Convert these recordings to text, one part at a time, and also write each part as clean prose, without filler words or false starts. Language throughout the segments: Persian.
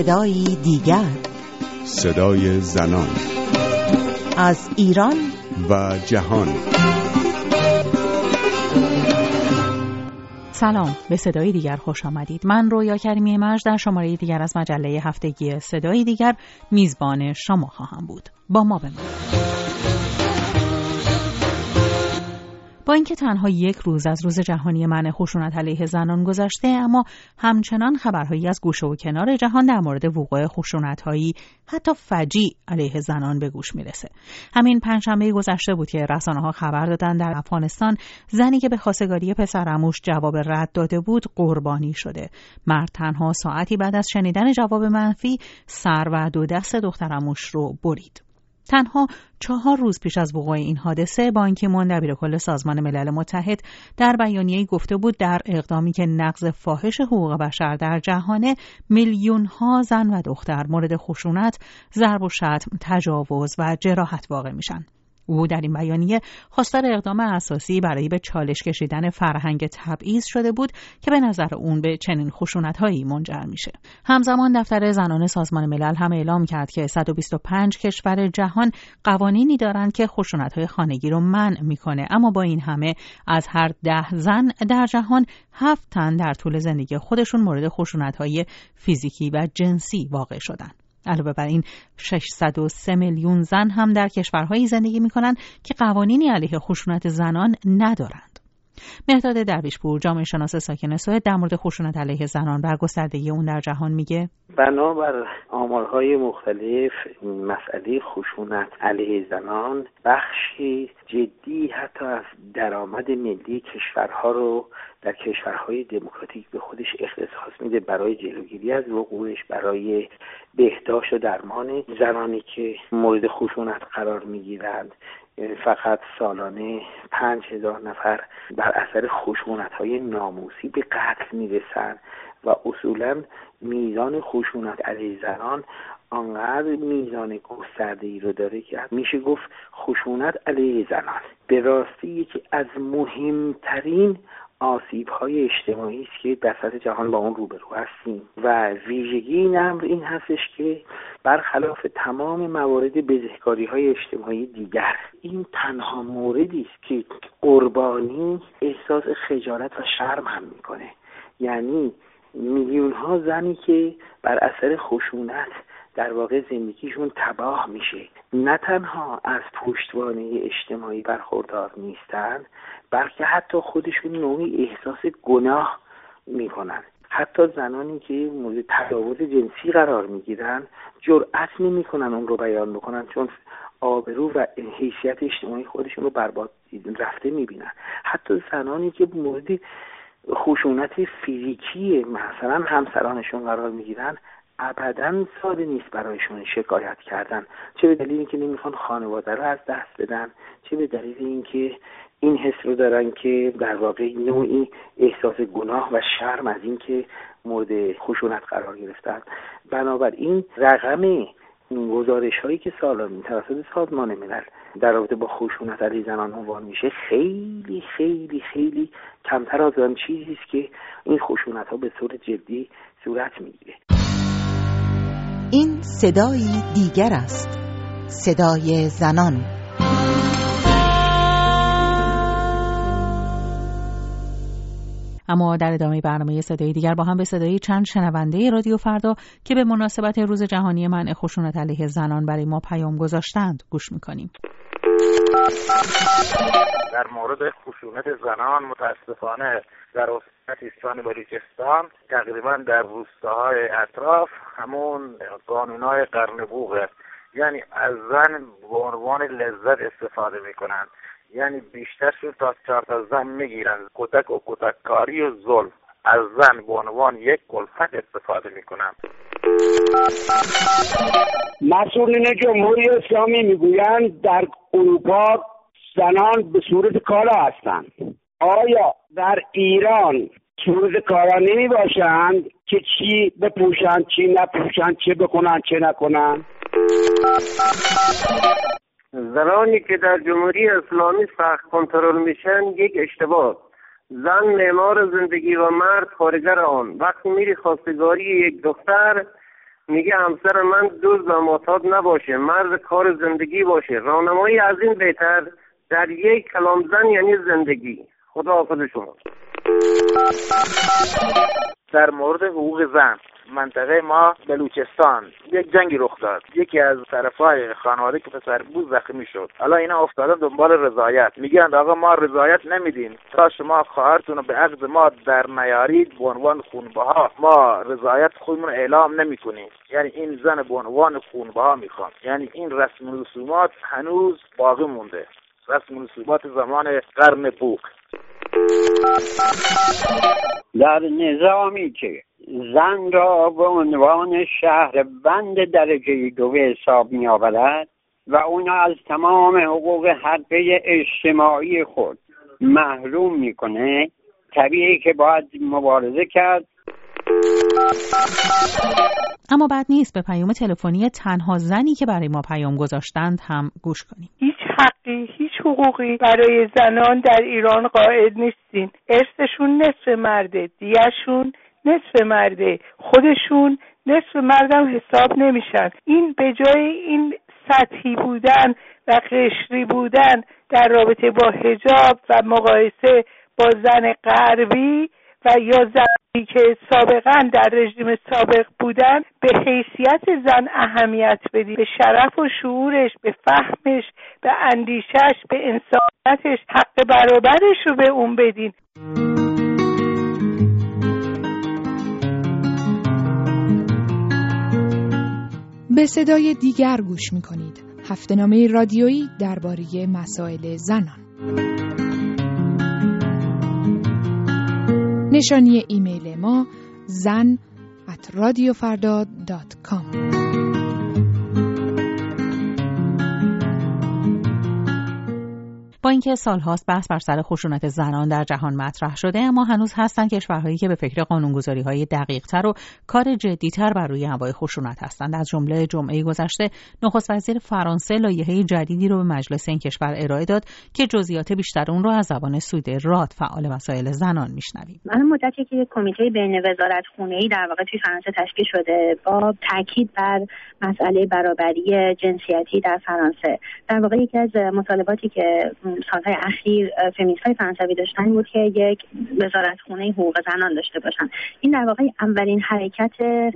صدایی دیگر، صدای زنان از ایران و جهان. سلام، به صدای دیگر خوش آمدید. من رویا کریمی مرج در شماره دیگر از مجله هفتگی صدای دیگر میزبان شما خواهم بود. با ما بمانید. با اینکه تنها یک روز از روز جهانی منع خشونت علیه زنان گذشته، اما همچنان خبرهایی از گوشه و کنار جهان در مورد وقوع خشونت‌هایی حتی فجیع علیه زنان به گوش میرسه. همین پنجشنبه گذشته بود که رسانه‌ها خبر دادن در افغانستان زنی که به خواستگاری پسرعموش جواب رد داده بود قربانی شده. مرد تنها ساعتی بعد از شنیدن جواب منفی سر و دو دست دخترعموش رو برید. تنها 4 روز پیش از وقوع این حادثه بان کی مون دبیرکل سازمان ملل متحد در بیانیه‌ای گفته بود در اقدامی که نقض فاحش حقوق بشر در جهان، میلیون‌ها زن و دختر مورد خشونت، ضرب و شتم، تجاوز و جراحت واقع میشن. او در این بیانیه خواستار اقدام اساسی برای به چالش کشیدن فرهنگ تبعیض شده بود که به نظر اون به چنین خشونت‌هایی منجر میشه. همزمان دفتر زنان سازمان ملل هم اعلام کرد که 125 کشور جهان قوانینی دارند که خشونت‌های خانگی رو منع میکنه، اما با این همه از هر 10 زن در جهان 7 تن در طول زندگی خودشون مورد خشونت‌های فیزیکی و جنسی واقع شدن. علاوه بر این 603 میلیون زن هم در کشورهایی زندگی می‌کنند که قوانینی علیه خشونت زنان ندارند. مهرداد درویشپور، جامعه شناس ساکن سوئد، در مورد خشونت علیه زنان و گستردگی اون در جهان میگه: بنابر آمارهای مختلف مسئله خشونت علیه زنان بخشی جدی حتی از درآمد ملی کشورها رو در کشورهای دموکراتیک به خودش اختصاص میده برای جلوگیری از وقوعش، برای بهداشت و درمان زنانی که مورد خشونت قرار میگیرند. فقط سالانه 5000 نفر بر اثر خشونت‌های ناموسی به قتل میرسند و اصولاً میزان خشونت علیه زنان آنقدر میزان گسترده‌ای رو داره که میشه گفت خشونت علیه زنان به راستی یکی از مهمترین آسیب‌های اجتماعی است که در سطح جهان با اون روبرو هستیم و ویژگی این امر این هستش که برخلاف تمام موارد بزهکاری‌های اجتماعی دیگر، این تنها موردی است که قربانی احساس خجالت و شرم هم میکنه. یعنی میلیون‌ها زنی که بر اثر خشونت در واقع زندگیشون تباه میشه، نه تنها از پشتوانه اجتماعی برخوردار نیستن، بلکه حتی خودشون نوعی احساس گناه میکنن. حتی زنانی که مورد تجاوز جنسی قرار میگیرن جرئت نمیکنن اون رو بیان بکنن، چون آبرو و حیثیت اجتماعی خودشون رو برباد رفته میبینن. حتی زنانی که مورد خشونت فیزیکی مثلا همسرانشون قرار میگیرن ابداً ساده نیست برایشون شکایت کردن، چه به دلیل اینکه نمیخوان خانواده رو از دست بدن، چه به دلیل اینکه این حس رو دارن که در واقع نوعی احساس گناه و شرم از اینکه مورد خشونت قرار گرفتن. بنابراین رقم گزارش هایی که سالانه توسط سازمان ملل در رابطه با خشونت علیه زنان عنوان میشه خیلی خیلی خیلی کمتر از آن چیزی است که این خشونت ها به صورت جدی صورت میگیره. این صدایی دیگر است، صدای زنان. اما در ادامه برنامه صدای دیگر با هم به صدای چند شنونده رادیو فردا که به مناسبت روز جهانی منع خشونت علیه زنان برای ما پیام گذاشتند گوش میکنیم. در مورد خشونت زنان متاسفانه در استان سیستان بلوچستان تقریبا در روستاهای اطراف همون قانونهای قرنبوغه، یعنی از زن به عنوان لذت استفاده میکنن، یعنی بیشترشون تا 4 تا زن میگیرن، کتک و کتککاری و ظلم از زن به عنوان یک کلفت استفاده میکنن. مسئولین جمهوری اسلامی میگویند در اروپا زنان به صورت کالا هستند. آیا در ایران صورت کالا نمی باشند که چی بپوشند چی نپوشند، چه بکنند چه نکنند؟ زنانی که در جمهوری اسلامی سخت کنترل میشن یک اشتباه. زن معمار زندگی و مرد کارگر آن. وقتی میری خواستگاری یک دختر میگه همسر من دزد و معتاد نباشه، مرد کار زندگی باشه. راهنمایی از این بهتر در یک کلام زن یعنی زندگی. خدا حافظ شما. در مورد حقوق زن منطقه ما بلوچستان یک جنگی رخ داد. یکی از طرفای خانواده که پسر بود زخمی شد. حالا اینا افتادن دنبال رضایت. میگن آقا ما رضایت نمیدیم تا شما خواهرتون رو به عقد ما در نیارید به عنوان خونبها ما رضایت خودمون اعلام نمیکنیم. یعنی این زن به عنوان خونبها میخوان. یعنی این رسم و رسومات هنوز باقی مونده. رسم و رسومات زمان قرن بوق. در نظامی که زن را به عنوان شهروند درجه 2 حساب می آورد و اون از تمام حقوق حقه اجتماعی خود محروم میکنه، طبیعی که باید مبارزه کرد. اما بعد نیست به پیام تلفنی تنها زنی که برای ما پیام گذاشتند هم گوش کنیم. هیچ حقی، هیچ حقوقی برای زنان در ایران قائل نیستین. ارثشون نصف مرده، دیگرشون نصف مرده، خودشون نصف مردم حساب نمیشن. این به جای این سطحی بودن و قشری بودن در رابطه با حجاب و مقایسه با زن غربی و یا زنی که سابقا در رژیم سابق بودن، به حیثیت زن اهمیت بدید، به شرف و شعورش، به فهمش، به اندیشش، به انسانیتش حق برابرش رو به اون بدین. به صدای دیگر گوش می‌کنید. هفته‌نامه رادیویی درباره مسائل زنان. نشانی ایمیل ما zan@radiofarda.com. با اینکه سال‌هاست بحث بر سر خشونت زنان در جهان مطرح شده، اما هنوز هستند کشورهایی که به فکر قانونگذاری‌های دقیق‌تر و کار جدی‌تر بر روی انواع خشونت هستند. از جمله جمعه گذشته نخست وزیر فرانسه لایحه جدیدی رو به مجلس این کشور ارائه داد که جزئیات بیشتر اون رو از زبان سوید راد، فعال مسائل زنان، میشنویم. الان مدتی که کمیته بین وزارتخونه‌ای در واقع توی فرانسه تشکیل شده با تاکید بر مسئله برابری جنسیتی در فرانسه. در واقع یکی از مطالباتی که سالهای اخیر فمینیست‌های فرانسوی داشتن بود که یک وزارتخونه حقوق زنان داشته باشن. این در واقع اولین حرکت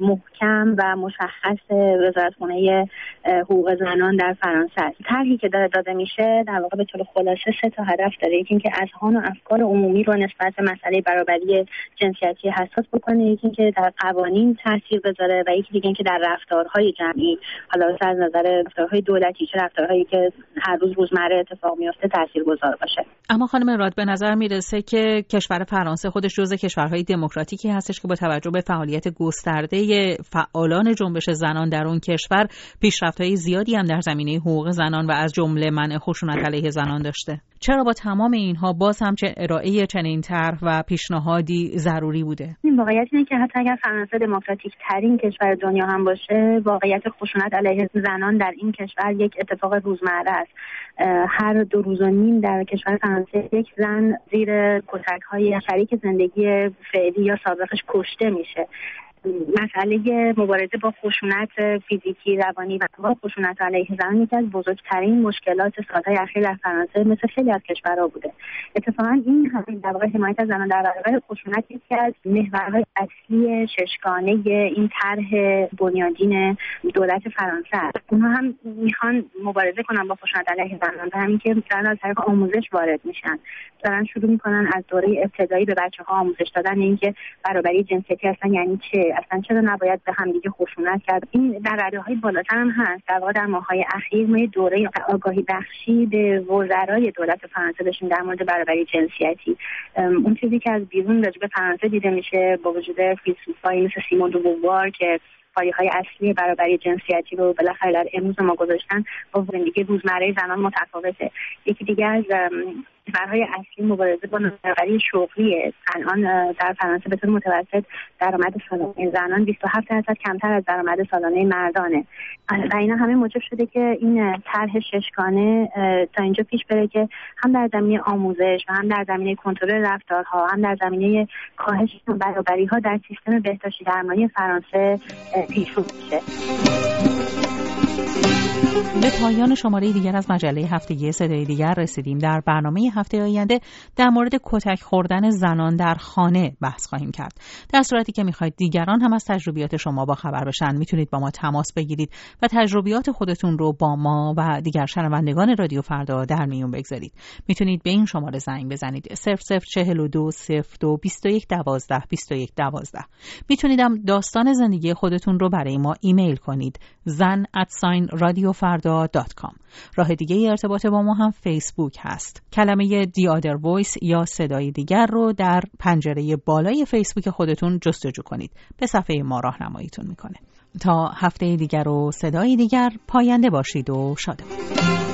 محکم و مشخص وزارتخونه حقوق زنان در فرانسه است. طرحی که داده میشه در واقع به طور خلاصه 3 تا هدف داره. یکی اینکه اذهان و افکار عمومی رو نسبت به مسئله برابری جنسیتی حساس بکنه، یکی اینکه در قوانین تاثیر بذاره و یکی دیگه اینکه در رفتارهای جمعی، حالا از نظر رفتارهای دولتی چه رفتارهایی که هر روز روزمره اتفاق میفته تاثیرگذار باشه. اما خانم راد، به نظر میرسه که کشور فرانسه خودش جزو کشورهای دموکراتیکی هستش که با توجه به فعالیت گسترده فعالان جنبش زنان در اون کشور پیشرفت‌های زیادی هم در زمینه حقوق زنان و از جمله منع خشونت علیه زنان داشته. چرا با تمام اینها باز هم چه ارائه چنین طرح و پیشنهادی ضروری بوده؟ این واقعیت اینه که حتی اگر فرانسه دموکراتیک ترین کشور دنیا هم باشه، واقعیت خشونت علیه زنان در این کشور یک اتفاق روزمره است. هر 2 روز و نیم در کشور فرانسه یک زن زیر کتک‌های شریک زندگی فعلی یا سابقش کشته میشه. مسئله مبارزه با خشونت فیزیکی، روانی و خشونت علیه زنان یکی از بزرگترین مشکلات سالهای اخیر در فرانسه مثل خیلی از کشورها بوده. اتفاقا این در واقع حمایت از زنان در برابر خشونت یکی از محورهای اصلی ششگانه این طرح بنیادین دولت فرانسه است. اونها هم میخوان مبارزه کنن با خشونت علیه زنان، به همین که دارن از طریق آموزش وارد میشن، دارن شروع میکنن از دوره ابتدایی به بچه‌ها آموزش دادن اینکه برابری جنسیتی اصلا یعنی چه، اصلا چرا نباید به همدیگه خشونت کرد. این در رده‌های بالاتر هم هست. در واقع در ماه‌های اخیر ما دوره آگاهی بخشی به وزرای دولت فرانسه داشتیم در مورد برابری جنسیتی. اون چیزی که از بیرون راجع به فرانسه دیده میشه با وجود فیلسوفایی مثل سیمون دو بووار که پایه‌های اصلی برابری جنسیتی رو بالاخره در امروز ما گذاشتن، با زندگی روزمره زنان متفاوته. یکی دیگه از کشورهای اصلی مبارزه با نابرابری شغلی الان در فرانسه به طور متوسط درآمد سالانه زنان 27% کمتر از درآمد سالانه مردانه و اینا همه موجب شده که این طرح ششگانه تا اینجا پیش بره که هم در زمینه آموزش و هم در زمینه کنترل رفتارها هم در زمینه کاهش نابرابری‌ها در سیستم بهداشتی درمانی فرانسه پیشرو بشه. به پایان شماره دیگر از مجله هفتگی صدای دیگر رسیدیم. در برنامه هفته آینده در مورد کتک خوردن زنان در خانه بحث خواهیم کرد. در صورتی که میخواید دیگران هم از تجربیات شما با خبر بشن، میتونید با ما تماس بگیرید و تجربیات خودتون رو با ما و دیگر شنوندگان رادیو فردا در میون بگذارید. میتونید به این شماره زنگ بزنید 0042 02 21 12 21 12. میتونید هم داستان زندگی خودتون رو برای ما ایمیل کنید zan@radiofarda.com. راه دیگه ارتباط با ما هم فیسبوک هست. کلمه The Other Voice یا صدای دیگر رو در پنجره بالای فیسبوک خودتون جستجو کنید. به صفحه ما راهنماییتون میکنه. تا هفته دیگر و صدای دیگر، پاینده باشید و شاد باشید.